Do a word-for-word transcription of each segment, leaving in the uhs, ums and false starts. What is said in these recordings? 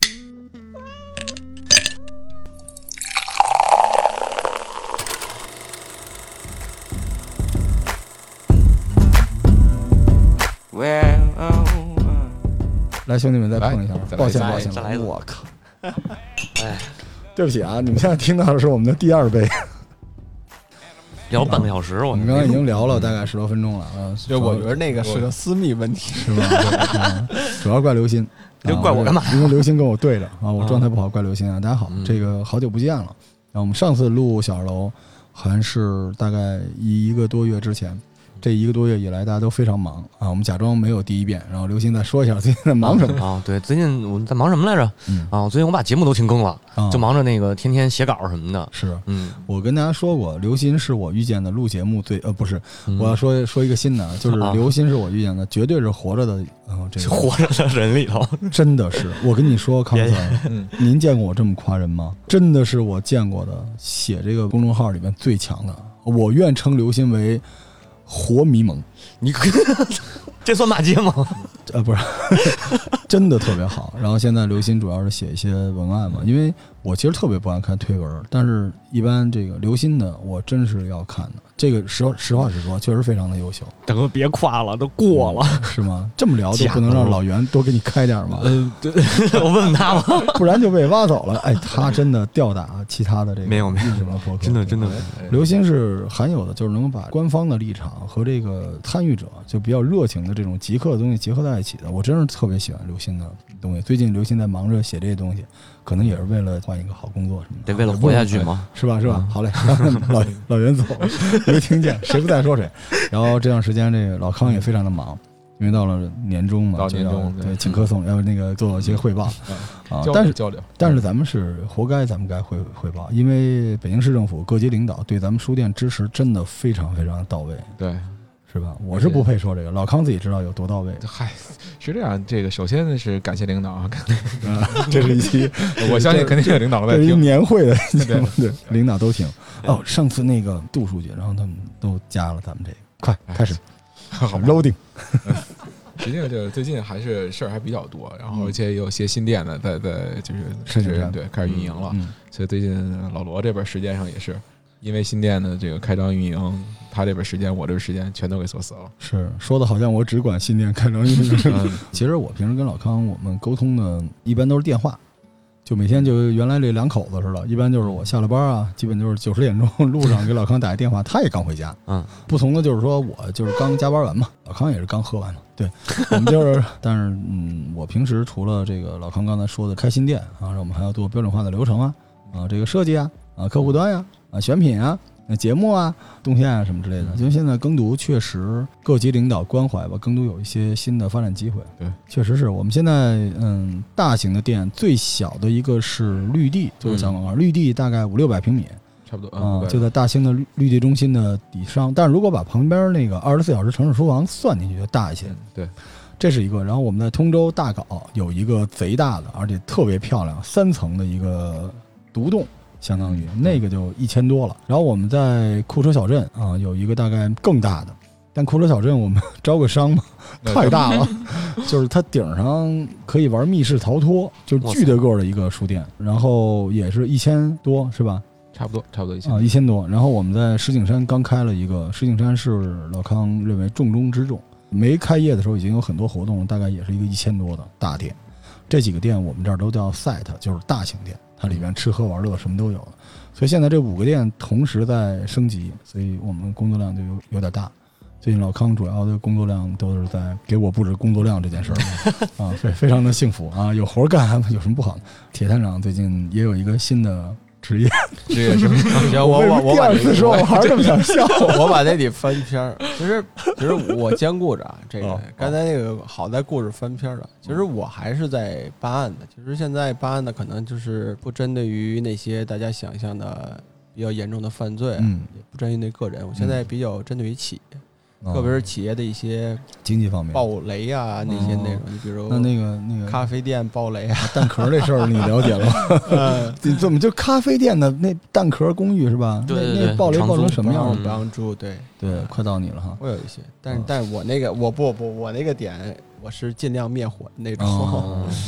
来，兄弟们再碰一下，抱歉抱歉， 再来， 我靠！ 哎， 对不起啊，你们现在听到的是我们的第二杯， 聊半个小时，我们刚刚已经聊了大概十多分钟了啊。 就我觉得那个是个私密问题， 是吧？嗯、主要怪刘鑫， 就怪我干嘛？ 因为刘鑫跟我对着啊，我状态不好，怪刘鑫啊。大家好， 嗯、 这个好久不见了。然后我们上次录小二楼还是大概一个多月之前。这一个多月以来，大家都非常忙啊。我们假装没有第一遍，然后刘鑫再说一下最近在忙什么啊？对，最近我在忙什么来着？ 嗯啊，最近我把节目都停更了， 啊、 就忙着那个天天写稿什么的。 是， 嗯， 我跟大家说过，刘鑫是我遇见的录节目最呃不是，嗯、我要说说一个新的，就是刘鑫是我遇见的，绝对是活着的，呃，这个活着的人里头， 真的是。我跟你说，康 Sir，嗯，您见过我这么夸人吗？真的是我见过的写这个公众号里面最强的，我愿称刘鑫为活迷蒙。 你这算骂街吗？ 呃，不是，真的特别好。然后现在刘鑫主要是写一些文案嘛，因为我其实特别不爱看推文，但是一般这个刘鑫的我真是要看的。这个实实话实说，确实非常的优秀。 大哥别夸了，都过了、 嗯、是吗？这么聊都不能让老袁多给你开点吗？ 呃，对，我问问他吧， 不然就被挖走了。哎，他真的吊打其他的这个没有没有什么博客， 真的真的。 刘鑫是罕有的，就是能把官方的立场和这个参与者就比较热情的这种极客的东西结合在一起的。我真是特别喜欢刘鑫的东西。最近刘鑫在忙着写这些东西，可能也是为了换一个好工作什么的， 得为了活下去嘛， 是吧？是吧？好嘞，老老袁走，没听见，谁不在说谁。然后这段时间，这个老康也非常的忙，因为到了年终嘛， 到年终对请客送，要那个做一些汇报啊。但是交流， 但是咱们是活该，咱们该汇汇报，因为北京市政府各级领导对咱们书店支持真的非常非常的到位， 对。 是吧？我是不配说这个，老康自己知道有多到位。 嗨，是这样。这个首先是感谢领导啊， 这是一期， 我相信肯定有领导在听。 这是年会的节目，对，领导都听。哦，上次那个杜书记，然后他们都加了咱们这个，快开始， 好 loading。 实际上，就是最近还是事儿还比较多，然后而且有些新店的在在就是开始对开始运营了， 嗯， 所以最近老罗这边时间上也是。因为新店的这个开张运营，他这边时间，我这边时间全都给锁死了。 是说的好像我只管新店开张运营。嗯、其实我平时跟老康我们沟通的，一般都是电话，就每天就原来这两口子似的，一般就是我下了班啊，基本就是九十点钟路上给老康打个电话，他也刚回家。嗯，不同的就是说我就是刚加班完嘛，老康也是刚喝完嘛。对，我们就是，但是嗯，我平时除了这个老康刚才说的开新店啊，我们还要做标准化的流程啊，啊，这个设计啊，啊，客户端呀、啊。啊，选品啊，节目啊，动线啊什么之类的。因为现在耕读确实各级领导关怀吧，耕读有一些新的发展机会。 对， 确实是我们现在嗯，大型的店最小的一个是绿地，就是小广告，绿地大概五六百平米， 差不多啊、嗯，就在大兴的绿地中心的底上。但是如果把旁边那个二十四小时城市书房算进去，就大一些。 嗯、对。 这是一个，然后我们在通州大镐有一个贼大的，而且特别漂亮，三层的一个独栋。相当于那个就一千多了，然后我们在库车小镇啊有一个大概更大的，但库车小镇我们招个商嘛，太大了，就是它顶上可以玩密室逃脱，就是巨大个的一个书店，然后也是一千多是吧？ 差不多，差不多一千啊，一千多。然后我们在石景山刚开了一个，石景山是老康认为重中之重，没开业的时候已经有很多活动，大概也是一个一千多的大店。这几个店我们这儿都叫 site， 就是大型店。它里边吃喝玩乐什么都有，所以现在这五个店同时在升级，所以我们工作量就有有点大。最近老康主要的工作量都是在给我布置工作量这件事儿啊，非非常的幸福啊，有活干，有什么不好的？铁探长最近也有一个新的职业， 职业什么？ 我我我第二次说，我还是这么想笑。 我把那得翻篇儿。其实其实我兼顾着这个，刚才那个好在顾着翻篇了。其实我还是在办案的。其实现在办案的可能就是不针对于那些大家想象的比较严重的犯罪， 嗯， 也不针对个人。我现在比较针对于企业。特别是企业的一些经济方面爆雷啊，那些内容，你比如那那个那个咖啡店爆雷啊， 蛋壳这事儿你了解了吗？你怎么就咖啡店的那蛋壳公寓是吧？ 对对对， 那爆雷爆成什么样？ 不让住，对对，快到你了哈。 我有一些，但是但是我那个我不不我那个点我是尽量灭火那种。 哦，哦已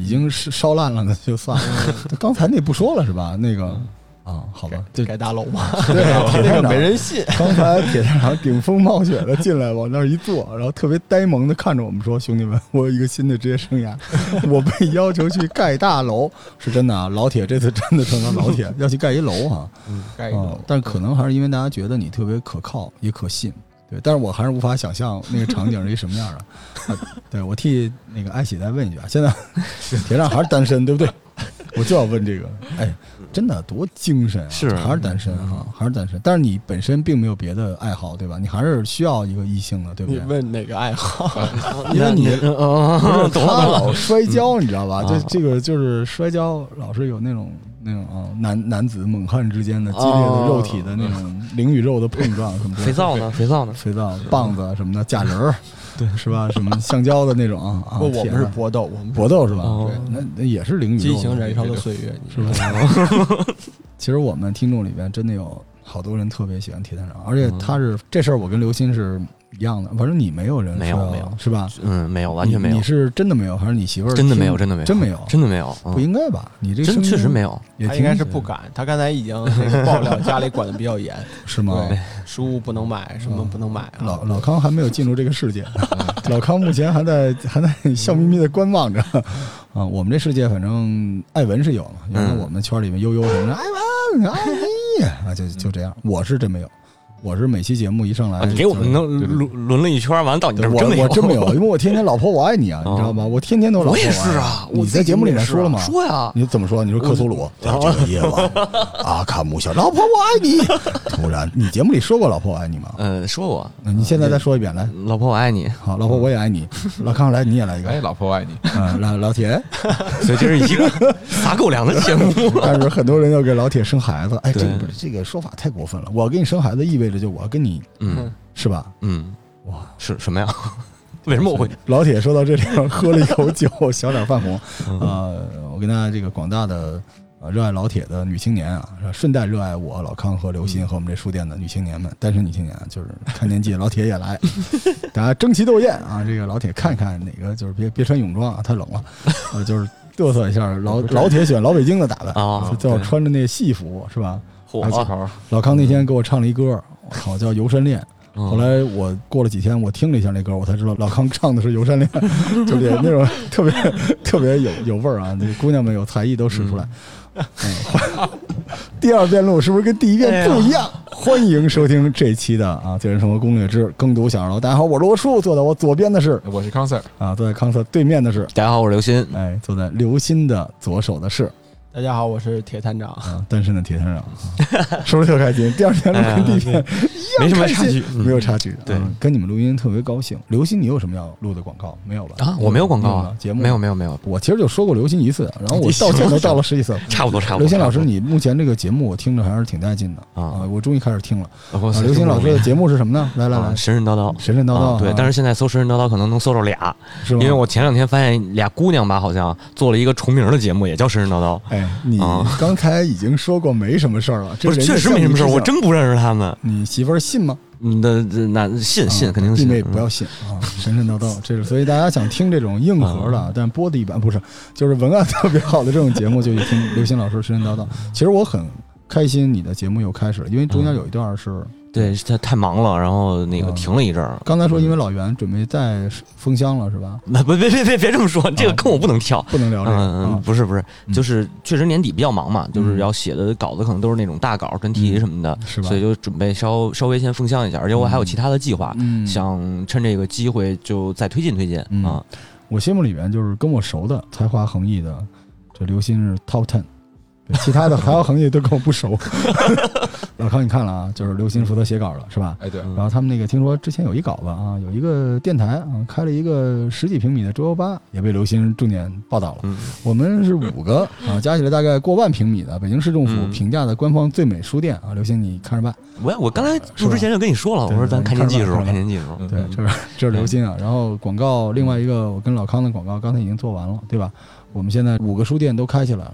经是烧烂了，那就算了。刚才那不说了是吧？那个啊，好吧， 这盖大楼嘛， 对，铁那个探长没人信。 刚才铁探长顶风冒雪的进来，往那儿一坐，然后特别呆萌的看着我们说：“兄弟们，我有一个新的职业生涯，我被要求去盖大楼，是真的啊！老铁这次真的成了老铁，要去盖一楼哈， 嗯，盖一楼、 啊。但可能还是因为大家觉得你特别可靠，也可信。”对，但是我还是无法想象那个场景是一什么样的。啊、对，我替那个艾喜再问一句啊，现在铁站还是单身，对不对？我就要问这个，哎，真的多精神啊！ 是还是单身啊，还是单身。但是你本身并没有别的爱好，对吧？你还是需要一个异性的，对不对？ 你问哪个爱好？ 因为你嗯，懂了他懂了。 老摔跤，你知道吧？ 啊就这个就是摔跤，老是有那种那种啊男男子猛汉之间的激烈的肉体的那种灵与肉的碰撞，什么肥皂呢？肥皂呢？ 肥皂、棒子什么的，假人儿，对，是吧？什么橡胶的那种啊啊！ 不，我们是搏搏斗，我们搏斗是吧？ 哦对，那那也是灵与肉， 激情燃烧的岁月， 是吧？其实我们听众里边真的有好多人特别喜欢铁探长，而且他是这事儿，我跟刘鑫是一样的。反正你没有人没有没有是吧？ 嗯，没有，完全没有。 你是真的没有，还是你媳妇儿真的没有？真的没有？ 真没有？ 真的没有？ 不应该吧？你这真确实没有， 他应该是不敢。他刚才已经那个爆料，家里管的比较严， 是吗？ 对，书不能买，什么不能买。 老老康还没有进入这个世界，老康目前还在还在笑眯眯的观望着。啊，我们这世界反正艾文是有嘛，原来我们圈里面悠悠什么的，艾文、艾妮啊，就就这样。我是真没有，我是每期节目一上来， 你给我们弄轮轮了一圈，完了到你这我真没有， 我真没有，因为我天天老婆我爱你啊，你知道吗？我天天都老婆我也是啊， 你在节目里面说了吗？ 说呀， 你怎么说？你说克苏鲁在这个夜晚，阿卡姆小老婆我爱你。突然，你节目里说过老婆我爱你吗？ 呃，说过。 那你现在再说一遍来。 老婆我爱你。 好，老婆我也爱你。老康来，你也来一个。 哎，老婆我爱你。 嗯，老老铁。 所以这是一个撒狗粮的节目。 但是很多人要给老铁生孩子，哎，这个这个说法太过分了。我给你生孩子意味着就我要跟你， 嗯， 是吧？ 嗯， 哇， 是什么呀？为什么我会？ 老铁说到这里，喝了一口酒，小脸泛红。呃，我跟大家这个广大的呃热爱老铁的女青年啊，顺带热爱我老康和刘鑫和我们这书店的女青年们，单身女青年，就是看年纪，老铁也来，大家争奇斗艳啊！这个老铁看看哪个就是别别穿泳装啊，太冷了，呃，就是嘚瑟一下。老老铁喜欢老北京的打扮啊， 最好穿着那戏服是吧？ 嚯！ 老康那天给我唱了一歌，我靠，叫《游山恋》。后来我过了几天，我听了一下那歌，我才知道老康唱的是《游山恋》，就是那种特别特别有有味儿啊！那姑娘们有才艺都使出来。嗯，第二遍录是不是跟第一遍不一样？哎、欢迎收听这期的啊《自然生活攻略之耕读小二楼》。大家好，我是罗叔，坐在我左边的是我是康 Sir 啊，坐在康 Sir 对面的是大家好，我是刘鑫， 哎，坐在刘鑫的左手的是。 大家好，我是铁探长啊，单身的铁探长，啊、是不是特开心？第二天录跟第一天一样， 没什么差距， 没有差距。 对、 嗯，跟你们录音特别高兴。刘鑫，你有什么要录的广告？没有吧？ 啊，我没有广告啊， 节目没有没有没有。 我其实就说过刘鑫一次，然后我道歉都道了十几次， 差不多差不多。 刘鑫老师，你目前这个节目我听着还是挺带劲的啊！我终于开始听了。 啊， 刘鑫老师的节目是什么呢？来来来， 神神叨叨， 神神叨叨。 对，但是现在搜神神叨叨可能能搜着俩， 是吗？ 因为我前两天发现俩姑娘吧，好像做了一个重名的节目，也叫神神叨叨。 哎，你。刚才已经说过没什么事儿了， 不是确实没什么事儿，我真不认识他们。 你媳妇儿信吗？ 你的那信信肯定信， 弟妹不要信啊，神神叨叨。这是所以大家想听这种硬核的，但播的一般不是，就是文案特别好的这种节目，就去听刘鑫老师神神叨叨。其实我很开心你的节目又开始了，因为中间有一段是。 对他太忙了，然后那个停了一阵儿。 刚才说因为老袁准备再封箱了，是吧？ 不，别别别别这么说，这个坑我不能跳， 不能聊这个。 嗯嗯，不是不是，就是确实年底比较忙嘛，就是要写的稿子可能都是那种大稿、专题什么的， 是吧？ 所以就准备稍稍微先封箱一下，而且我还有其他的计划，想趁这个机会就再推进推进啊。 我心目里面就是跟我熟的、才华横溢的，这刘鑫是 top ten。其他的还有行业都跟我不熟。老康，你看了啊，就是刘鑫负责写稿了，是吧？ 哎，对。 然后他们那个听说之前有一稿子啊，有一个电台啊，开了一个十几平米的桌游吧，也被刘鑫重点报道了。 嗯、 我们是五个啊，加起来大概过万平米的北京市政府评价的官方最美书店啊。刘鑫，你看着办。 我我刚才录之前就跟你说了，我说咱看年技术，看年技术。 对，这是这是刘鑫啊。然后广告，另外一个我跟老康的广告刚才已经做完了，对吧？我们现在五个书店都开起来了。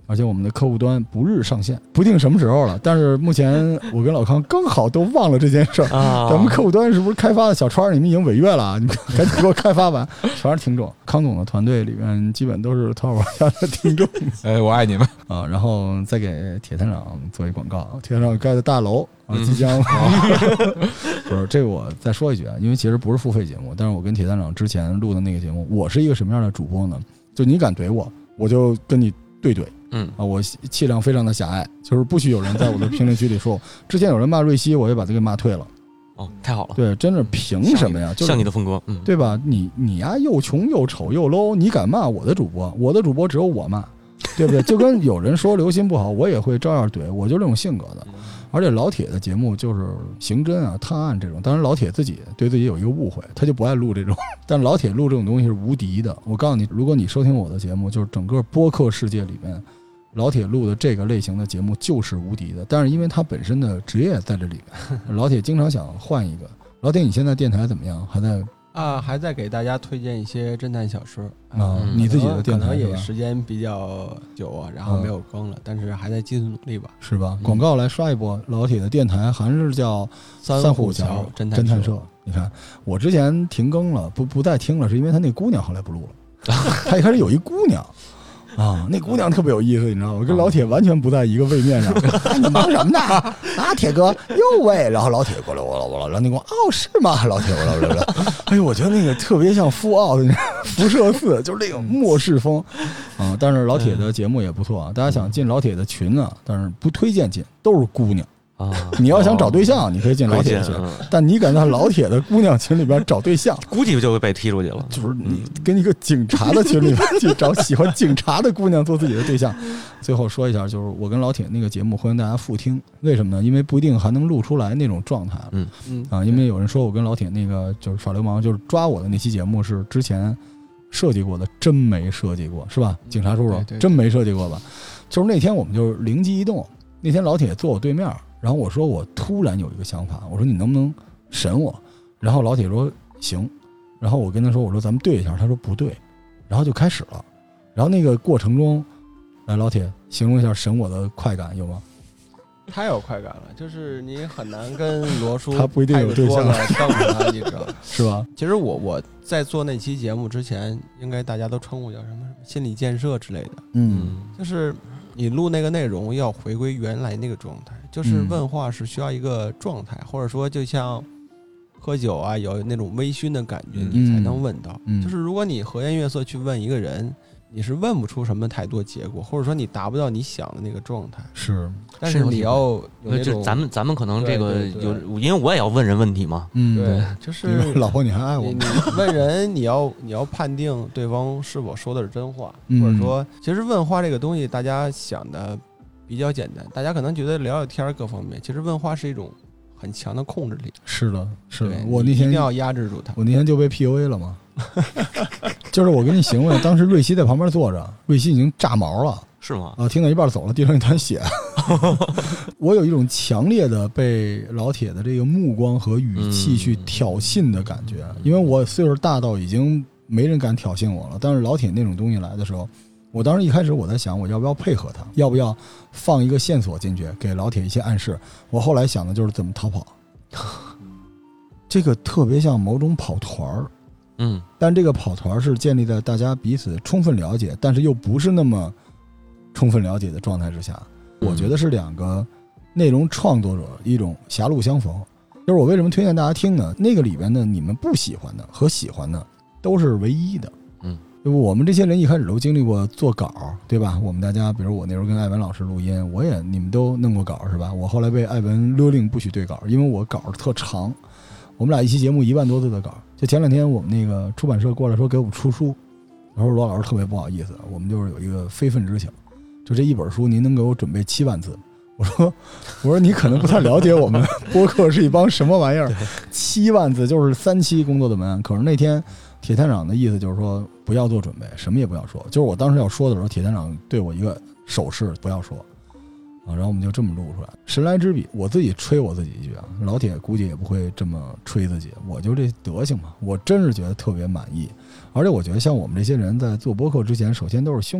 而且我们的客户端不日上线，不定什么时候了。但是目前我跟老康刚好都忘了这件事儿。咱们客户端是不是开发的小川，你们已经违约了，你们赶紧给我开发完。全是听众，康总的团队里面基本都是淘宝家的听众。 哎，我爱你们啊！然后再给铁探长做一广告，铁探长盖的大楼啊，即将。不是这个，我再说一句啊，因为其实不是付费节目，但是我跟铁探长之前录的那个节目，我是一个什么样的主播呢？就你敢怼我，我就跟你对怼。嗯啊，我气量非常的狭隘，就是不许有人在我的评论区里说，之前有人骂瑞希，我也把他给骂退了。 哦，太好了！ 对，真的凭什么呀？ 像你的风格，嗯， 对吧？你你呀，又穷又丑又 low， 你敢骂我的主播？我的主播只有我骂，对不对？就跟有人说刘鑫不好，我也会照样怼，我就这种性格的。而且老铁的节目就是刑侦啊、探案这种，当然老铁自己对自己有一个误会，他就不爱录这种。但老铁录这种东西是无敌的。我告诉你，如果你收听我的节目，就是整个播客世界里面，老铁录的这个类型的节目就是无敌的。但是因为他本身的职业在这里面，老铁经常想换一个。老铁，你现在电台怎么样？还在啊，还在给大家推荐一些侦探小说啊。你自己的电台可能也时间比较久啊，然后没有更了，嗯、但是还在继续努力吧， 是吧？广告来刷一波，老铁的电台还是叫三虎桥侦探社。你看，我之前停更了，不不再听了，是因为他那姑娘后来不录了。他一开始有一姑娘。啊，那姑娘特别有意思，你知道吗？我跟老铁完全不在一个位面上。啊、你忙什么呢？啊，铁哥，哟喂！然后老铁过来，我了我了，然后那光哦是吗？老铁我了我了，哎呦，我觉得那个特别像富奥的辐射四，就是那种末世风啊。但是老铁的节目也不错啊，大家想进老铁的群啊，但是不推荐进，都是姑娘。啊，你要想找对象，你可以进老铁群，但你敢在老铁的姑娘群里边找对象， 估计就会被踢出去了。 就是你跟一个警察的群里边去找喜欢警察的姑娘做自己的对象。最后说一下，就是我跟老铁那个节目，欢迎大家复听。为什么呢？因为不一定还能录出来那种状态。嗯嗯啊，因为有人说我跟老铁那个就是耍流氓，就是抓我的那期节目是之前设计过的，真没设计过，是吧？警察叔叔真没设计过吧？就是那天我们就是灵机一动，那天老铁坐我对面。然后我说我突然有一个想法，我说你能不能审我？然后老铁说行，然后我跟他说我说咱们对一下，他说不对，然后就开始了。然后那个过程中，来老铁形容一下审我的快感有吗？ 太有快感了，就是你很难跟罗叔他不一定有对象瞪他，你知道是吧？ 其实我我在做那期节目之前，应该大家都称呼叫什么什么心理建设之类的，嗯，就是你录那个内容要回归原来那个状态。就是问话是需要一个状态，嗯、或者说就像喝酒啊，有那种微醺的感觉，你才能问到。嗯、就是如果你和颜悦色去问一个人，你是问不出什么太多结果，或者说你达不到你想的那个状态。 是， 但是你要有那种， 咱们咱们可能这个有，因为我也要问人问题嘛。 嗯， 对，就是老婆你还爱我吗？ 你问人，你要你要判定对方是否说的是真话，嗯、或者说，其实问话这个东西，大家想的比较简单，大家可能觉得聊聊天各方面，其实问话是一种很强的控制力。 是的，是的，我那天一定要压制住他。 我那天就被 P U A 了嘛，就是我跟你形容，当时瑞希在旁边坐着，瑞希已经炸毛了， 是吗？ 啊，听到一半走了，地上一滩血。我有一种强烈的被老铁的这个目光和语气去挑衅的感觉，嗯、因为我岁数大到已经没人敢挑衅我了，但是老铁那种东西来的时候。我当时一开始我在想我要不要配合他，要不要放一个线索进去给老铁一些暗示。我后来想的就是怎么逃跑，这个特别像某种跑团儿，嗯，但这个跑团是建立在大家彼此充分了解，但是又不是那么充分了解的状态之下。我觉得是两个内容创作者一种狭路相逢。就是我为什么推荐大家听呢？那个里边的你们不喜欢的和喜欢的都是唯一的，嗯。我们这些人一开始都经历过做稿，对吧？我们大家，比如我那时候跟艾文老师录音，我也你们都弄过稿是吧？我后来被艾文勒令不许对稿，因为我稿特长。我们俩一期节目一万多字的稿，就前两天我们那个出版社过来说给我们出书，然后罗老师特别不好意思，我们就是有一个非分之想，就这一本书您能给我准备七万字。我说我说你可能不太了解我们播客是一帮什么玩意儿，七万字就是三期工作的文案。可是那天铁探长的意思就是说不要做准备，什么也不要说。就是我当时要说的时候，铁探长对我一个手势，不要说啊。然后我们就这么录出来，神来之笔。我自己吹我自己一句啊，老铁估计也不会这么吹自己，我就这德行嘛。我真是觉得特别满意，而且我觉得像我们这些人在做播客之前，首先都是兄弟，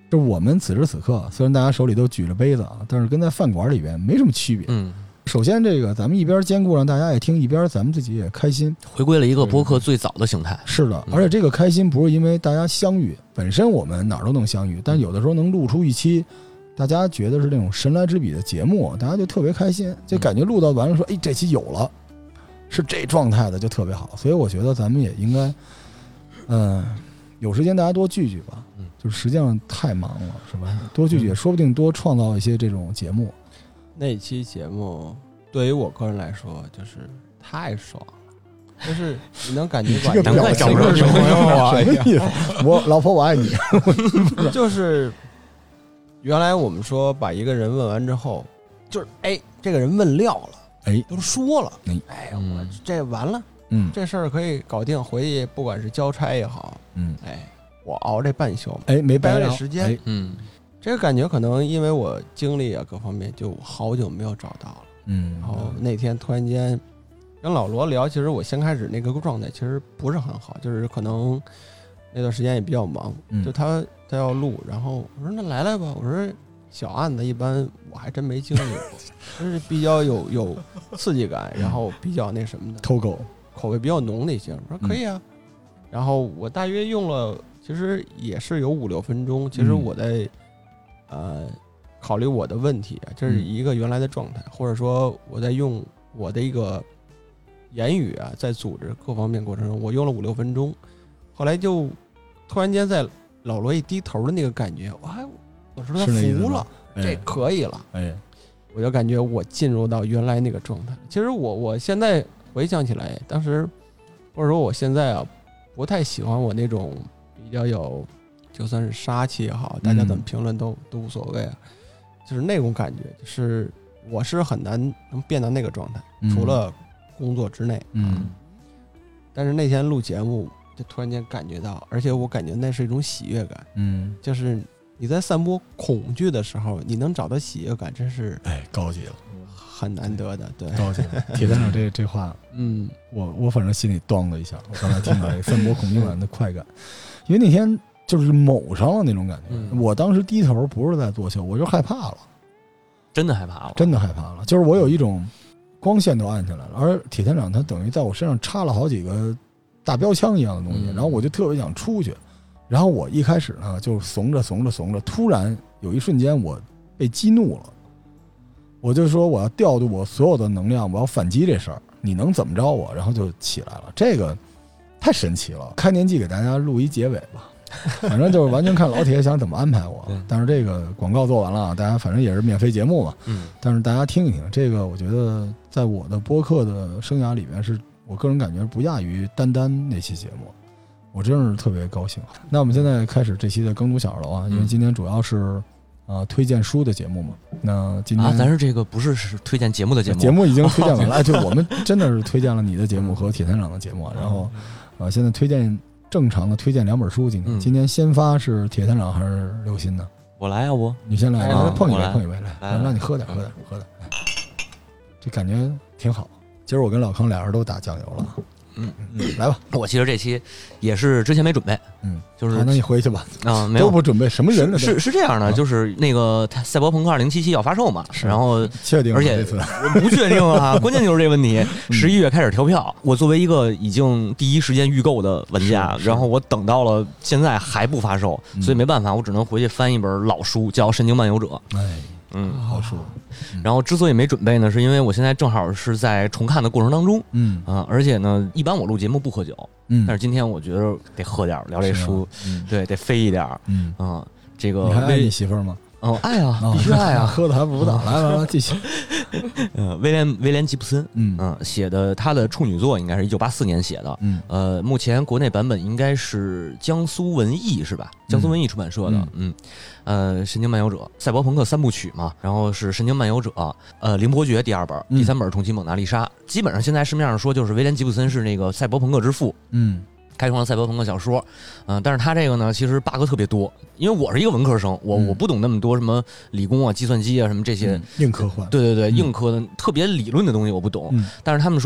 就我们此时此刻，虽然大家手里都举着杯子啊，但是跟在饭馆里边没什么区别。 嗯， 首先这个咱们一边兼顾让大家也听，一边咱们自己也开心， 回归了一个播客最早的形态。 是的，而且这个开心不是因为大家相遇，本身我们哪儿都能相遇，但有的时候能录出一期大家觉得是那种神来之笔的节目，大家就特别开心，就感觉录到完了说，哎，这期有了，是这状态的就特别好。所以我觉得咱们也应该，嗯、呃，有时间大家多聚聚吧。就是实际上太忙了，是吧？多聚聚，说不定多创造一些这种节目。 那期节目对于我个人来说，就是太爽了，就是你能感觉到， 难怪找不着女朋友啊！什么意思？我老婆我爱你， 就是原来我们说把一个人问完之后，就是哎，这个人问撂了， 哎， 都说了， 哎， 哎，我这完了， 嗯， 这事儿可以搞定，回去不管是交差也好， 嗯， 哎。我熬这半宿， 哎，没白这时间， 哎， 嗯， 这个感觉可能因为我精力啊各方面就好久没有找到了， 嗯， 然后那天突然间跟老罗聊，其实我先开始那个状态其实不是很好，就是可能那段时间也比较忙， 嗯、 就他他要录，然后我说那来来吧，我说小案子一般我还真没经历过，就是比较有有刺激感，然后比较那什么的， 偷狗口味比较浓的一些，我说可以啊，嗯、然后我大约用了。其实也是有五六分钟。其实我在、嗯、呃考虑我的问题啊，这是一个原来的状态，或者说我在用我的一个言语啊，在组织各方面过程中，我用了五六分钟，后来就突然间在老罗一低头的那个感觉，我还我说他服了，这可以了， 哎， 我就感觉我进入到原来那个状态。其实我我现在回想起来，当时或者说我现在啊，不太喜欢我那种。比较有，就算是杀气也好，大家怎么评论都、嗯、都无所谓啊，就是那种感觉，就是我是很难能变到那个状态，嗯、除了工作之内， 嗯。 但是那天录节目，就突然间感觉到，而且我感觉那是一种喜悦感， 嗯， 就是你在散播恐惧的时候，你能找到喜悦感，真是哎高级了， 很难得的，对， 高级了。铁探长这这话，嗯，我我反正心里咚了一下，我刚才听到这散播恐惧感的快感。因为那天就是某上了那种感觉、嗯，我当时低头不是在作秀，我就害怕了， 真的害怕了， 真的害怕了。就是我有一种光线都暗下来了，而铁探长他等于在我身上插了好几个大标枪一样的东西，嗯、然后我就特别想出去。然后我一开始呢就怂着怂着怂着，突然有一瞬间我被激怒了，我就说我要调度我所有的能量，我要反击这事儿，你能怎么着我？然后就起来了，这个。太神奇了！开年季给大家录一结尾吧，反正就是完全看老铁想怎么安排我。但是这个广告做完了，大家反正也是免费节目嘛。嗯。但是大家听一听，这个我觉得在我的播客的生涯里面，是我个人感觉不亚于丹丹那期节目，我真是特别高兴。那我们现在开始这期的耕读小楼啊，因为今天主要是呃推荐书的节目嘛。那今天啊，咱是这个不是是推荐节目的节目， 节目已经推荐完了，就我们真的是推荐了你的节目和铁探长的节目，然后。啊，现在推荐正常的推荐两本书。今天、嗯、今天先发是铁探长还是刘鑫呢？ 我来要不？ 你先来， 啊、 碰一杯，碰一杯，来，来让你喝点，喝点，喝点。这感觉挺好。今儿我跟老康俩人都打酱油了。嗯嗯，来吧。 我其实这期也是之前没准备， 嗯， 就是那你回去吧。 啊，没有都不准备，什么人呢？ 是是这样的、啊，就是那个赛博朋克二零七七要发售嘛，然后确定， 而且我不确定啊，关键就是这问题。十一月开始调票，我作为一个已经第一时间预购的玩家，然后我等到了现在还不发售，所以没办法，我只能回去翻一本老书，叫《神经漫游者》。 哎。 嗯， 好书。 然后之所以没准备呢，是因为我现在正好是在重看的过程当中， 嗯啊，而且呢，一般我录节目不喝酒， 嗯， 但是今天我觉得得喝点，聊这书， 嗯、 对，得飞一点， 嗯啊，这个你还爱你媳妇儿吗？ 哦，爱啊，必须爱啊， 喝的还不知道。来来来，继续。 呃，威廉威廉吉布森， 嗯嗯、呃，写的他的处女作应该是一九八四年写的， 嗯， 呃，目前国内版本应该是江苏文艺是吧？江苏文艺出版社的，嗯，嗯呃，神经漫游者，赛博朋克三部曲嘛，然后是神经漫游者，呃，凌伯爵第二本，第三本重启蒙娜丽莎，嗯、基本上现在市面上说就是威廉吉布森是那个赛博朋克之父， 嗯。 开创了赛博朋克小说，嗯、呃，但是他这个呢，其实 bug 特别多，因为我是一个文科生，我、嗯、我不懂那么多什么理工啊、计算机啊什么这些、 嗯、硬科幻， 对对对， 嗯、 硬科的特别理论的东西我不懂、 嗯， 但是他们说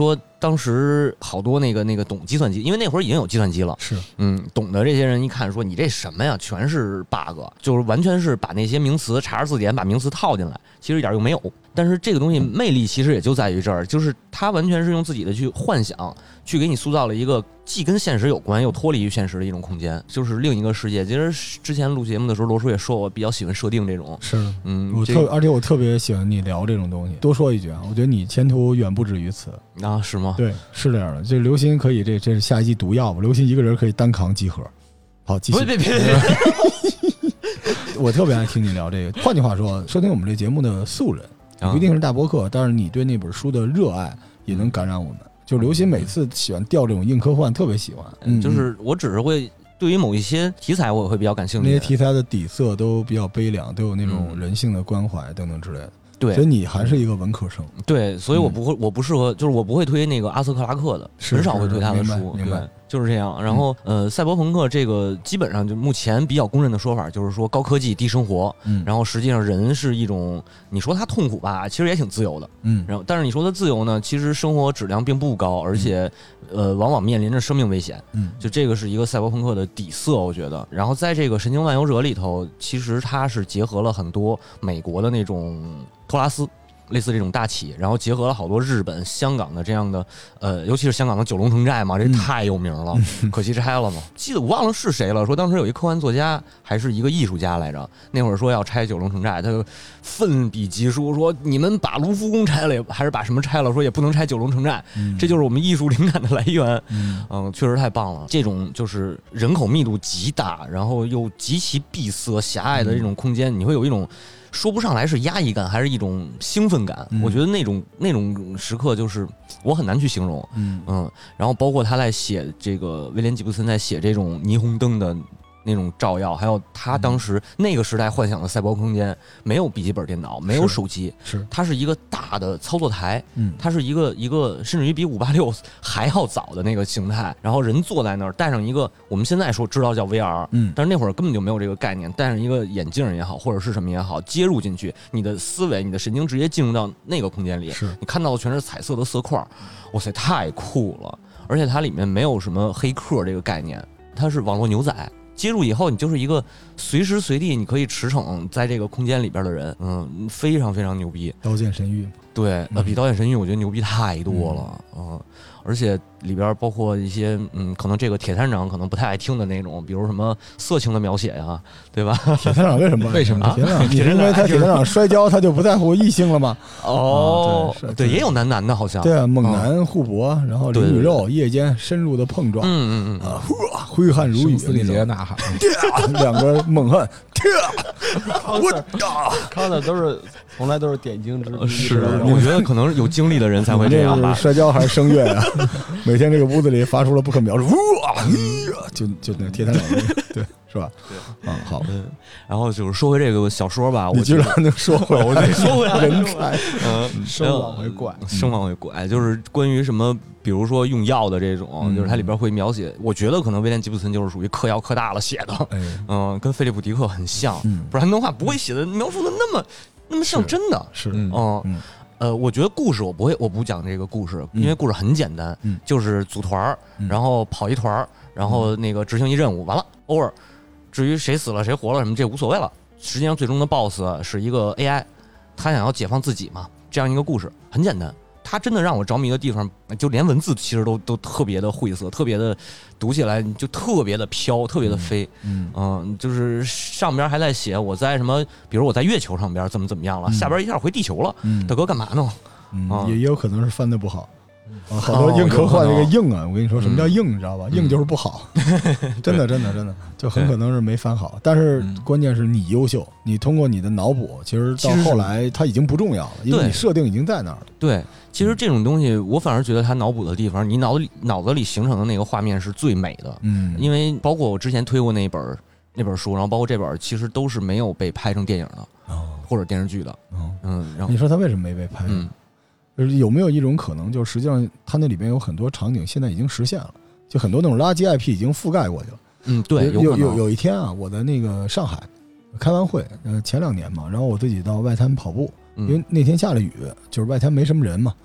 当时好多那个那个懂计算机，因为那会儿已经有计算机了， 是， 嗯，懂的这些人一看说你这什么呀，全是 bug， 就是完全是把那些名词查着字典把名词套进来，其实一点用没有。但是这个东西魅力其实也就在于这儿，就是它完全是用自己的去幻想，去给你塑造了一个既跟现实有关又脱离于现实的一种空间，就是另一个世界。其实之前录节目的时候，罗叔也说我比较喜欢设定这种， 是， 嗯， 我特而且我特别喜欢你聊这种东西。多说一句啊，我觉得你前途远不止于此啊，是吗？ 对，是这样的。这刘鑫可以，这这是下一季毒药吧？刘鑫一个人可以单扛集合。好，继续。 别别别别！ 我特别爱听你聊这个。换句话说，收听我们这节目的素人。不一定是大播客，但是你对那本书的热爱也能感染我们。就刘鑫每次喜欢调这种硬科幻，特别喜欢。 嗯，就是我只是会对于某一些题材，我会比较感兴趣。 那些题材的底色都比较悲凉，都有那种人性的关怀等等之类的。 对， 所以你还是一个文科生。 对，所以我不会，我不适合，就是我不会推那个阿瑟克拉克的，很少会推他的书。 明白， 就是这样。然后，呃，赛博朋克这个基本上就目前比较公认的说法，就是说高科技低生活。嗯。然后实际上人是一种，你说他痛苦吧，其实也挺自由的。嗯。然后，但是你说他自由呢，其实生活质量并不高，而且，呃，往往面临着生命危险。嗯。就这个是一个赛博朋克的底色，我觉得。然后在这个《神经漫游者》里头，其实它是结合了很多美国的那种托拉斯。类似这种大企，然后结合了好多日本、香港的这样的，呃，尤其是香港的九龙城寨嘛，这太有名了，嗯、可惜拆了嘛。记得我忘了是谁了，说当时有一科幻作家还是一个艺术家来着，那会儿说要拆九龙城寨，他就奋笔疾书说你们把卢浮宫拆了，还是把什么拆了，说也不能拆九龙城寨，嗯、这就是我们艺术灵感的来源。嗯，嗯确实太棒了。这种就是人口密度极大，然后又极其闭塞狭隘的这种空间，嗯、你会有一种。说不上来是压抑感还是一种兴奋感，嗯、我觉得那种那种时刻就是我很难去形容，嗯嗯，然后包括他在写这个威廉吉布森在写这种霓虹灯的那种照耀，还有他当时那个时代幻想的赛博空间，没有笔记本电脑，没有手机， 是它是一个大的操作台，嗯，它是一个一个甚至于比五八六还要早的那个形态，然后人坐在那儿，戴上一个我们现在说知道叫 V R， 嗯，但是那会儿根本就没有这个概念，戴上一个眼镜也好，或者是什么也好，接入进去，你的思维、你的神经直接进入到那个空间里， 是你看到的全是彩色的色块，哇塞，太酷了！而且它里面没有什么黑客这个概念，它是网络牛仔。接入以后，你就是一个随时随地你可以驰骋在这个空间里边的人，嗯，非常非常牛逼。 刀剑神域， 对，呃，比刀剑神域我觉得牛逼太多了，嗯，嗯而且里边包括一些，嗯，可能这个铁探长可能不太爱听的那种，比如什么色情的描写呀，对吧？ 铁探长为什么？ 为什么？ 铁探长，你是因为他铁探长摔跤，他就不在乎异性了吗？ 哦， 啊、 对，对，也有男男的，好像。 对啊，猛男互搏，然后灵与肉夜间深入的碰撞， 嗯嗯嗯， 啊，挥汗如雨， 嘶力竭呐喊， 两个猛汉， 我啊，康的都是从来都是点睛之笔。 是，我觉得可能有经历的人才会这样吧。 摔跤还是声乐啊？每天这个屋子里发出了不可描述，哇，就就那个铁探长，对，是吧？ 对， 啊，好。 嗯，然后就是说回这个小说吧， 你居然能说回来， 我得说回来， 人才， 嗯，生往回拐， 生往回拐，就是关于什么，比如说用药的这种，就是它里边会描写，我觉得可能威廉吉布森就是属于嗑药嗑大了写的，嗯，跟菲利普迪克很像，不然的话不会写的描述的那么那么像真的， 是， 嗯。呃，我觉得故事我不会，我不讲这个故事，因为故事很简单，嗯、就是组团，然后跑一团，然后那个执行一任务，完了 over。至于谁死了谁活了什么，这无所谓了。实际上，最终的 boss 是一个 A I， 他想要解放自己嘛，这样一个故事很简单。他真的让我着迷的地方，就连文字其实都都特别的晦涩，特别的读起来就特别的飘，特别的飞。嗯嗯、呃，就是上边还在写我在什么，比如我在月球上边怎么怎么样了，嗯、下边一下回地球了，嗯、大哥干嘛呢？ 嗯，啊、也也有可能是翻的不好。啊，好多硬科幻那个硬啊，我跟你说，什么叫硬，你知道吧？硬就是不好，真的，真的，真的，就很可能是没翻好。但是关键是你优秀，你通过你的脑补，其实到后来它已经不重要了，因为你设定已经在那儿了。 对，其实这种东西，我反而觉得他脑补的地方，你脑子里脑子里形成的那个画面是最美的。嗯，因为包括我之前推过那本那本书，然后包括这本，其实都是没有被拍成电影的，或者电视剧的。嗯，然后你说他为什么没被拍？嗯。就是有没有一种可能，就实际上它那里边有很多场景现在已经实现了，就很多那种垃圾 I P 已经覆盖过去了。 嗯，对， 有有有有一天啊，我在那个上海开完会，呃，前两年嘛，然后我自己到外滩跑步，因为那天下了雨，就是外滩没什么人嘛，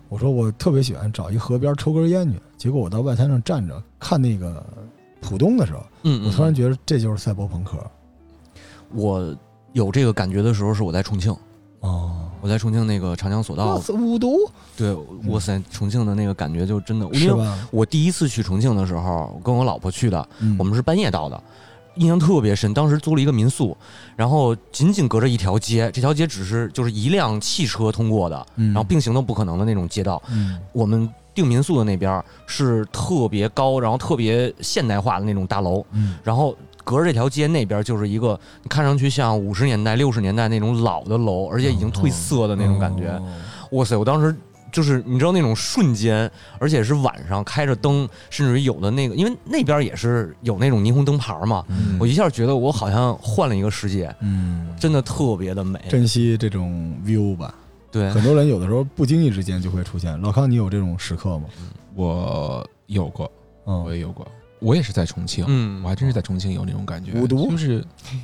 我说我特别喜欢找一河边抽根烟去，结果我到外滩上站着看那个浦东的时候， 嗯， 我突然觉得这就是赛博朋克。 我有这个感觉的时候是我在重庆哦， 我在重庆那个长江索道五毒， 对，哇塞，重庆的那个感觉就真的， 是吧？ 我第一次去重庆的时候，我跟我老婆去的， 嗯、 我们是半夜到的。印象特别深，当时租了一个民宿，然后仅仅隔着一条街，这条街只是就是一辆汽车通过的， 嗯、 然后并行都不可能的那种街道。 嗯、 我们订民宿的那边是特别高，然后特别现代化的那种大楼， 嗯、 然后隔着这条街那边就是一个看上去像五十年代、六十年代那种老的楼，而且已经褪色的那种感觉。哦哦、哇塞！我当时。就是你知道那种瞬间，而且是晚上开着灯，甚至于有的那个，因为那边也是有那种霓虹灯牌嘛，嗯、我一下觉得我好像换了一个世界，嗯，真的特别的美。 珍惜这种 view 吧， 对， 很多人有的时候不经意之间就会出现。老康，你有这种时刻吗？ 我有过， 嗯， 我也有过，我也是在重庆，嗯，我还真是在重庆有那种感觉， 五毒就是。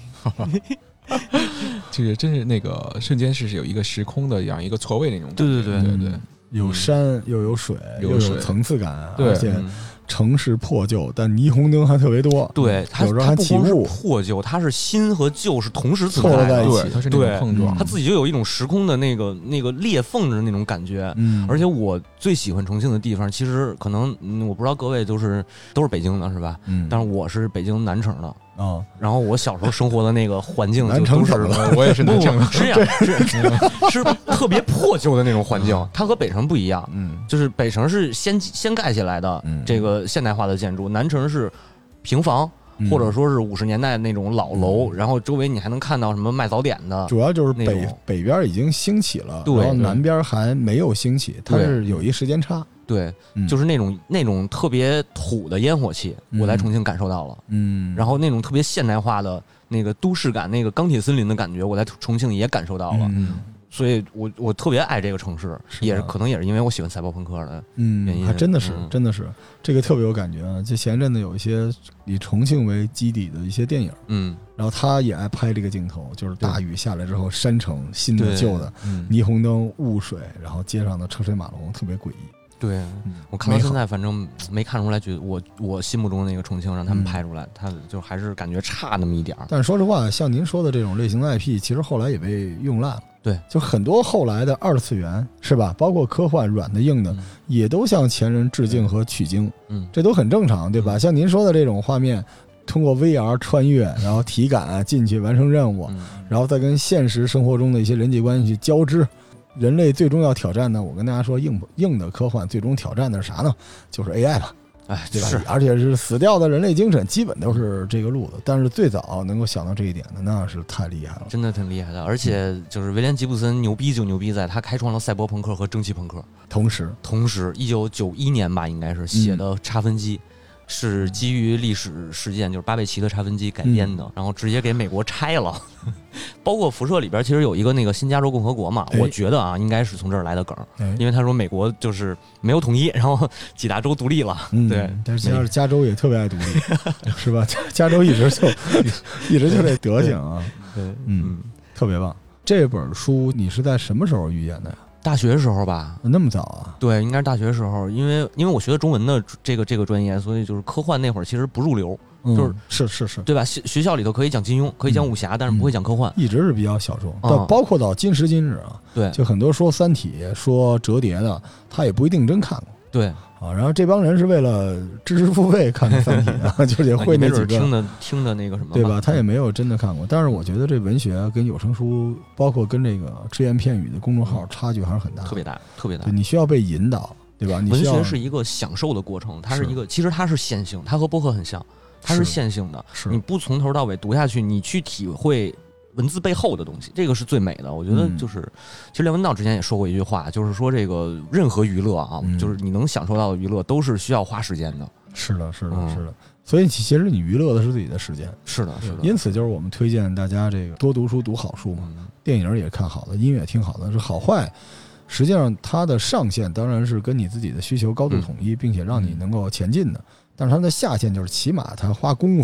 就是真是那个瞬间是有一个时空的这样一个错位那种感觉， 对对对对对。 嗯有山又有水， 有又有层次感， 对， 而且城市破旧，但霓虹灯还特别多。 对，它有时候还起雾。 破旧，它是新和旧是同时存在的， 对，它是那种碰撞， 它自己就有一种时空的那个那个裂缝的那种感觉。 嗯， 而且我最喜欢重庆的地方，其实可能、嗯、我不知道各位都是都是北京的是吧？ 嗯， 但是我是北京南城的。 啊、哦， 然后我小时候生活的那个环境就都是， 我也是南城的， 是这样，是是特别破旧的那种环境，它和北城不一样， 嗯， 就是北城是先先盖起来的这个现代化的建筑，南城是平房。或者说是五十年代那种老楼、嗯，然后周围你还能看到什么卖早点的， 主要就是北北边已经兴起了， 对， 然后南边还没有兴起，它是有一时间差。 对，嗯、就是那种那种特别土的烟火气， 嗯、 我在重庆感受到了。 嗯， 然后那种特别现代化的那个都市感，那个钢铁森林的感觉，我在重庆也感受到了。 嗯， 所以我我特别爱这个城市，也是可能也是因为我喜欢赛博朋克的原因。 嗯，还真的是， 嗯、 真的是这个特别有感觉啊！就前一阵子有一些以重庆为基底的一些电影， 嗯， 然后他也爱拍这个镜头，就是大雨下来之后，山城新的旧的，霓虹灯、雾水，然后街上的车水马龙，特别诡异。 对、嗯、我看到现在，反正没看出来，觉得我我心目中的那个重庆让他们拍出来，嗯、他就还是感觉差那么一点儿。 但是说实话，像您说的这种类型的 I P， 其实后来也被用烂了。 对， 就很多后来的二次元是吧？包括科幻软的硬的，嗯、也都向前人致敬和取经， 嗯， 这都很正常，对吧？嗯、像您说的这种画面，通过 V R 穿越，然后体感进去完成任务， 嗯、 然后再跟现实生活中的一些人际关系去交织。人类最终要挑战的，我跟大家说，硬硬的科幻最终挑战的是啥呢？就是 A I 了。 哎， 对吧？ 是， 而且是死掉的人类精神，基本都是这个路子。但是最早能够想到这一点的，那是太厉害了， 真的挺厉害的。而且就是威廉·吉布森牛逼就牛逼在他开创了赛博朋克和蒸汽朋克， 同时， 同时，一九九一年吧，应该是写的差分机。嗯，是基于历史事件，就是巴贝奇的差分机改编的，嗯、然后直接给美国拆了。包括辐射里边其实有一个那个新加州共和国嘛， 哎、 我觉得啊，应该是从这儿来的梗， 哎、 因为他说美国就是没有统一，然后几大州独立了。 嗯、 对， 但是加加州也特别爱独立，是吧？加州一直就一直就这德行啊。 对， 嗯，特别棒。这本书你是在什么时候遇见的呀？ 大学时候吧， 那么早啊？ 对，应该是大学时候，因为因为我学的中文的这个这个专业，所以就是科幻那会儿其实不入流， 嗯、 就是是是是， 对吧？学学校里头可以讲金庸，可以讲武侠，嗯、但是不会讲科幻， 一直是比较小众。到、嗯、包括到今时今日啊， 对， 就很多说《三体》、说折叠的，他也不一定真看过。 对。 啊，然后这帮人是为了知识付费看的《三体》啊，就得会那几个听的听的那个什么， 对吧？他也没有真的看过。但是我觉得这文学跟有声书，包括跟这个只言片语的公众号差距还是很大， 特别大，特别大。 你需要被引导，对吧？你文学是一个享受的过程，它是一个，其实它是线性，它和播客很像，它是线性的。 是你不从头到尾读下去，你去体会文字背后的东西，这个是最美的。我觉得就是，嗯、其实梁文道之前也说过一句话，就是说这个任何娱乐啊，嗯、就是你能享受到的娱乐都是需要花时间的。 是的，是的，嗯、是的。所以其实你娱乐的是自己的时间。 是的，是的。 因此就是我们推荐大家这个多读书，读好书嘛。嗯、电影也看好的，音乐听好的，是好坏。实际上它的上限当然是跟你自己的需求高度统一，嗯、并且让你能够前进的。但是它的下限就是起码它花功夫了。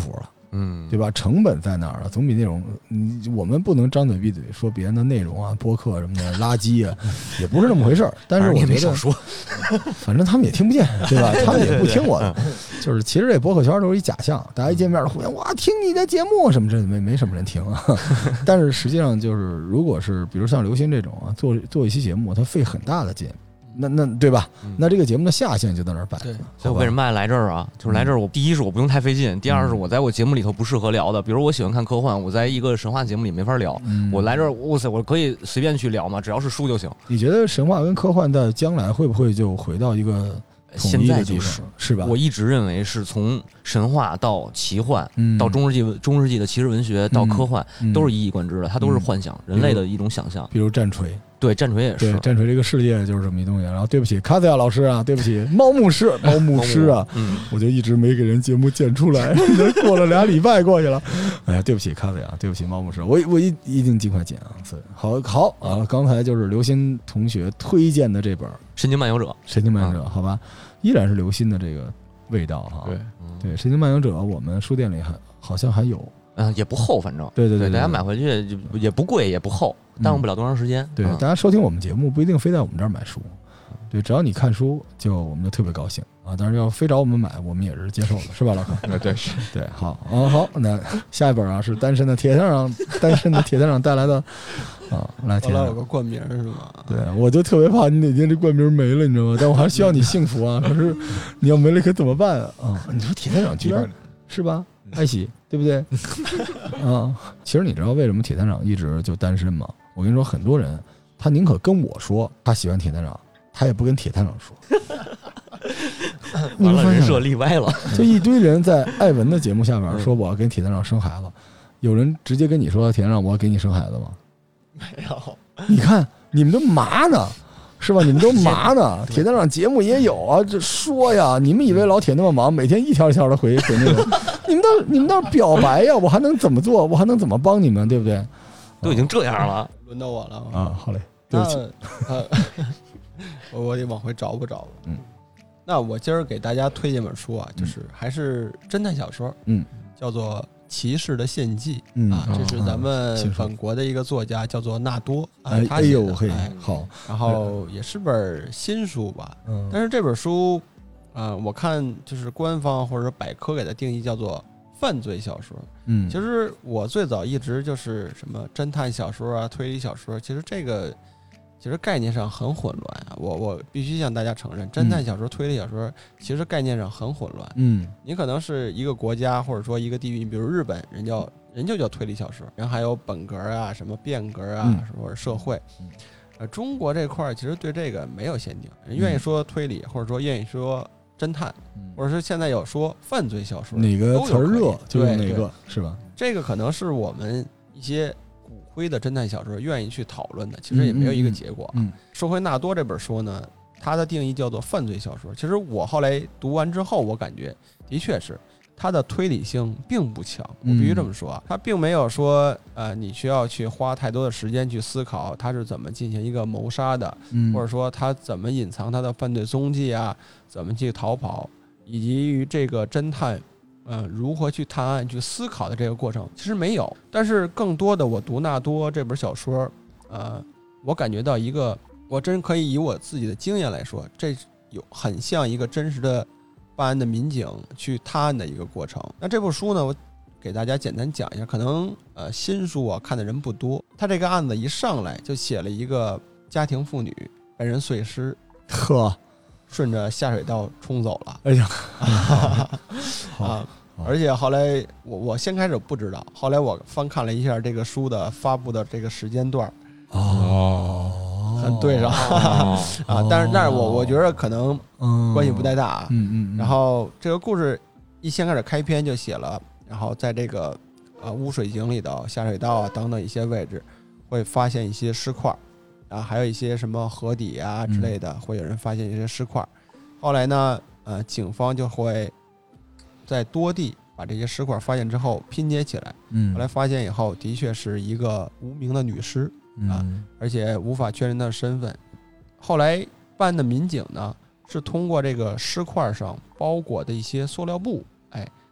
嗯， 对吧？成本在哪儿啊？总比那种，嗯，我们不能张嘴闭嘴说别人的内容啊、播客什么的垃圾啊，也不是那么回事儿。但是我觉得， 说， 反正他们也听不见，对吧？他们也不听我的，就是其实这播客圈都是一假象，大家一见面互相哇听你的节目什么这没没什么人听啊。但是实际上就是，如果是比如像刘鑫这种啊，做做一期节目，他费很大的劲。那那对吧？那这个节目的下限就在那儿摆。 对， 所以我为什么爱来这儿啊？就是来这儿，我第一是我不用太费劲，第二是我在我节目里头不适合聊的，比如我喜欢看科幻，我在一个神话节目里没法聊。嗯、我来这儿，哇塞，我可以随便去聊嘛，只要是书就行。 你觉得神话跟科幻在将来会不会就回到一个统一的地方？现在就是是吧？ 我一直认为是从神话到奇幻，嗯、到中世纪中世纪的骑士文学到科幻，嗯、都是一以贯之的，它都是幻想，嗯、人类的一种想象。 比如战锤。 对，战锤也是。 对，战锤这个世界就是这么一东西。然后对不起，卡斯亚老师啊，对不起，猫牧师，猫牧师啊，嗯、我就一直没给人节目剪出来，过了俩礼拜过去了。哎呀，对不起，卡斯亚，对不起，猫牧师，我我一一定尽快剪啊。所以好好啊，刚才就是刘鑫同学推荐的这本《 神经漫游者》， 神经漫游者，好吧，依然是刘鑫的这个味道哈。 对对，神经漫游者，我们书店里还好像还有。 嗯，也不厚，反正对对 对, 对, 对，大家买回去也不贵，也不厚，耽误不了多长时间。 嗯、对、嗯，大家收听我们节目不一定非在我们这儿买书，对，只要你看书，就我们就特别高兴啊。当然要非找我们买，我们也是接受的，是吧，老柯？ 对是， 对，好啊好，那下一本啊是单身的铁探长，单身的铁探长带来的啊，来，铁探长有个冠名是吧？ 对，我就特别怕你哪天这冠名没了，你知道吗？但我还是希望你幸福啊。可是你要没了可怎么办啊？啊，你说铁探长居然是吧？爱喜对不对？啊，其实你知道为什么铁探长一直就单身吗？我跟你说，很多人他宁可跟我说他喜欢铁探长，他也不跟铁探长说。 完了，人设立歪了。 就一堆人在艾文的节目下边说我要跟铁探长生孩子，有人直接跟你说铁探长我要给你生孩子吗？ 没有。 你看你们都嘛呢？是吧？你们都嘛呢？铁探长节目也有啊，这说呀，你们以为老铁那么忙，每天一条一条的回回那个，你们都你们都表白呀，我还能怎么做？我还能怎么帮你们？对不对？ 都已经这样了， 轮到我了啊！好嘞，对不起， 呃、我得往回找不找。嗯，那我今儿给大家推荐本书啊，就是还是侦探小说，嗯，叫做《骑士的献祭》嗯、啊，这是咱们本国的一个作家，叫做纳多啊，他哎呦嘿，好， 然后也是本新书吧，嗯，但是这本书，啊、呃，我看就是官方或者百科给它定义叫做犯罪小说，嗯，其实我最早一直就是什么侦探小说啊、推理小说，其实这个其实概念上很混乱啊，我我必须向大家承认，侦探小说、推理小说其实概念上很混乱。嗯，你可能是一个国家或者说一个地域，比如日本人叫人就叫推理小说，然后还有本格啊、什么变格啊，嗯、或者社会。呃，中国这块其实对这个没有限定，人愿意说推理，或者说愿意说侦探，或者是现在有说犯罪小说， 哪个词儿热就用哪个，是吧？ 这个可能是我们一些骨灰的侦探小说愿意去讨论的，其实也没有一个结果。嗯，说回纳多这本书呢，它的定义叫做犯罪小说。其实我后来读完之后，我感觉的确是它的推理性并不强，我必须这么说啊，它并没有说呃你需要去花太多的时间去思考它是怎么进行一个谋杀的，或者说它怎么隐藏它的犯罪踪迹啊，怎么去逃跑，以及于这个侦探呃如何去探案去思考的这个过程，其实没有。但是更多的我读纳多这本小说，呃我感觉到一个，我真可以以我自己的经验来说，这有很像一个真实的办案的民警去探案的一个过程。那这部书呢，我给大家简单讲一下，可能呃新书啊看的人不多。他这个案子一上来就写了一个家庭妇女被人碎尸， 呵， 顺着下水道冲走了。 哎呀， 啊！而且后来我我先开始不知道，后来我翻看了一下这个书的发布的这个时间段，哦。很对上、哦、啊，但是但是我我觉得可能关系不太大，嗯嗯。然后这个故事一先开始开篇就写了，然后在这个呃污水井里头、下水道啊等等一些位置会发现一些尸块，啊，还有一些什么河底啊之类的，会有人发现一些尸块。后来呢，呃，警方就会在多地把这些尸块发现之后拼接起来，嗯，后来发现以后的确是一个无名的女尸。啊，而且无法确认他的身份。后来办案的民警呢，是通过这个尸块上包裹的一些塑料布，哎，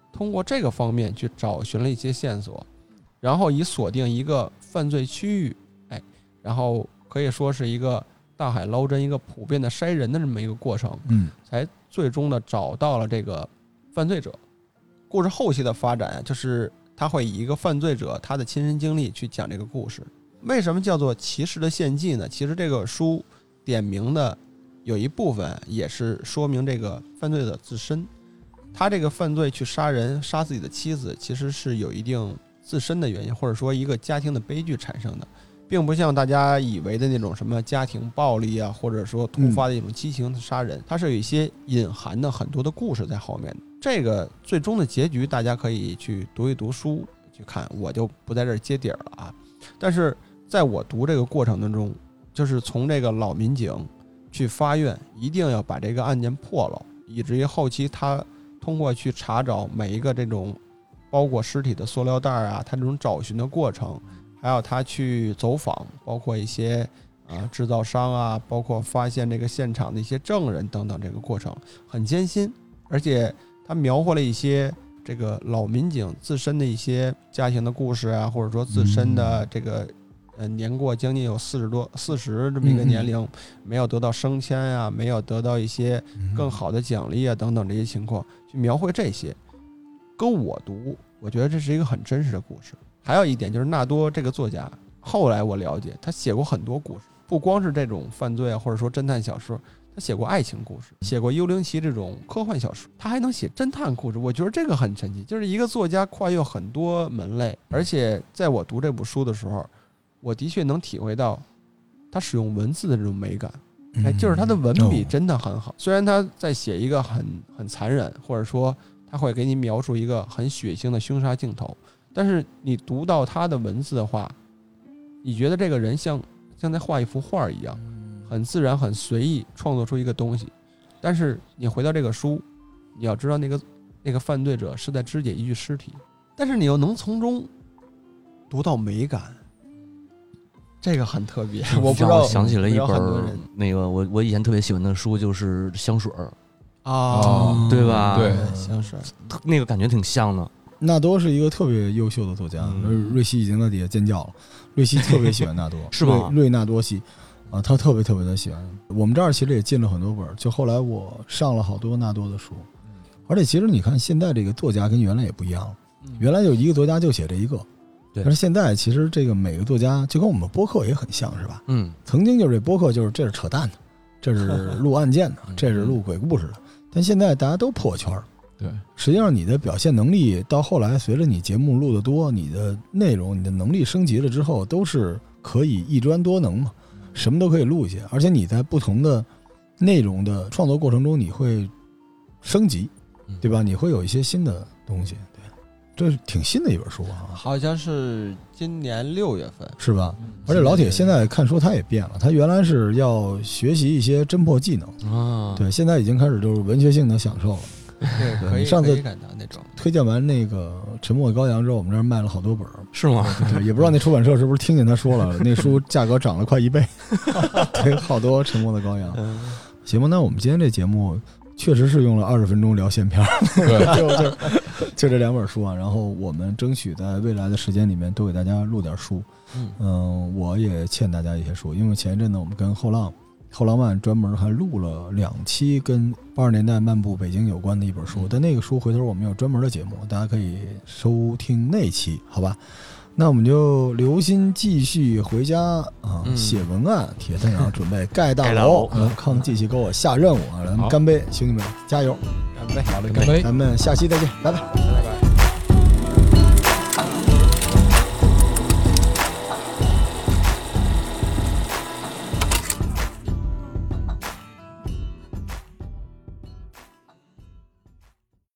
通过这个方面去找寻了一些线索，然后以锁定一个犯罪区域，哎，然后可以说是一个大海捞针、一个普遍的筛人的这么一个过程， 嗯， 才最终的找到了这个犯罪者。故事后期的发展就是他会以一个犯罪者他的亲身经历去讲这个故事。为什么叫做骑士的献祭呢？其实这个书点名的有一部分也是说明这个犯罪者自身，他这个犯罪去杀人杀自己的妻子，其实是有一定自身的原因，或者说一个家庭的悲剧产生的，并不像大家以为的那种什么家庭暴力啊，或者说突发的一种激情的杀人，它是有一些隐含的很多的故事在后面的。这个最终的结局大家可以去读一读书去看，我就不在这儿揭底儿了啊。但是在我读这个过程当中，就是从这个老民警去发愿一定要把这个案件破了，以至于后期他通过去查找每一个这种包裹尸体的塑料袋啊，他这种找寻的过程，还有他去走访，包括一些啊制造商啊，包括发现这个现场的一些证人等等，这个过程很艰辛，而且他描绘了一些这个老民警自身的一些家庭的故事啊，或者说自身的这个呃年过将近有四十多四十这么一个年龄，没有得到升迁啊，没有得到一些更好的奖励啊等等这些情况，去描绘这些。跟我读，我觉得这是一个很真实的故事。还有一点就是纳多这个作家，后来我了解他写过很多故事，不光是这种犯罪啊，或者说侦探小说，他写过爱情故事，写过幽灵旗这种科幻小说，他还能写侦探故事，我觉得这个很神奇，就是一个作家跨越很多门类。而且在我读这部书的时候，我的确能体会到他使用文字的这种美感，哎，就是他的文笔真的很好。虽然他在写一个很很残忍，或者说他会给你描述一个很血腥的凶杀镜头，但是你读到他的文字的话，你觉得这个人像像在画一幅画一样，很自然很随意创作出一个东西。但是你回到这个书，你要知道那个那个犯罪者是在肢解一具尸体，但是你又能从中读到美感，这个很特别。我不知道， 想起了一本那个我我以前特别喜欢的书，就是香水啊， 对吧？ 对， 香水那个感觉挺像的。 纳多是一个特别优秀的作家，嗯、瑞希已经在底下尖叫了。瑞希特别喜欢纳多， 是吗？ 瑞纳多西啊，他特别特别的喜欢。我们这儿其实也进了很多本，就后来我上了好多纳多的书，而且其实你看现在这个作家跟原来也不一样了，原来就一个作家就写这一个， 对。 但是现在其实这个每个作家就跟我们播客也很像，是吧？ 嗯， 曾经就是这播客就是这是扯淡的，这是录案件的，这是录鬼故事的，但现在大家都破圈。 对， 实际上你的表现能力到后来随着你节目录得多，你的内容你的能力升级了之后，都是可以一专多能嘛，什么都可以录一些，而且你在不同的内容的创作过程中你会升级，对吧？你会有一些新的东西，对，这是挺新的一本书啊， 好像是今年六月份， 是吧？而且老铁现在看书他也变了，他原来是要学习一些侦破技能啊，对，现在已经开始就是文学性的享受了。 对，可以上次那种推荐完那个《沉默的羔羊》之后，我们这儿卖了好多本， 是吗？ 对，也不知道那出版社是不是听见他说了，那书价格涨了快一倍，对，好多《沉默的羔羊》。行吧，那我们今天这节目确实是用了二十分钟聊闲篇，就就就这两本书啊。然后我们争取在未来的时间里面多给大家录点书。嗯、呃，我也欠大家一些书，因为前一阵呢，我们跟后浪。后浪漫专门还录了两期跟八十年代漫步北京有关的一本书，但那个书回头我们有专门的节目，大家可以收听那期，好吧？那我们就留心继续回家啊，嗯、写文案，铁探长准备盖大楼，康继续给我下任务啊，咱们干杯，兄弟们加油！ 干杯， 好嘞，干杯， 咱们下期再见，拜拜。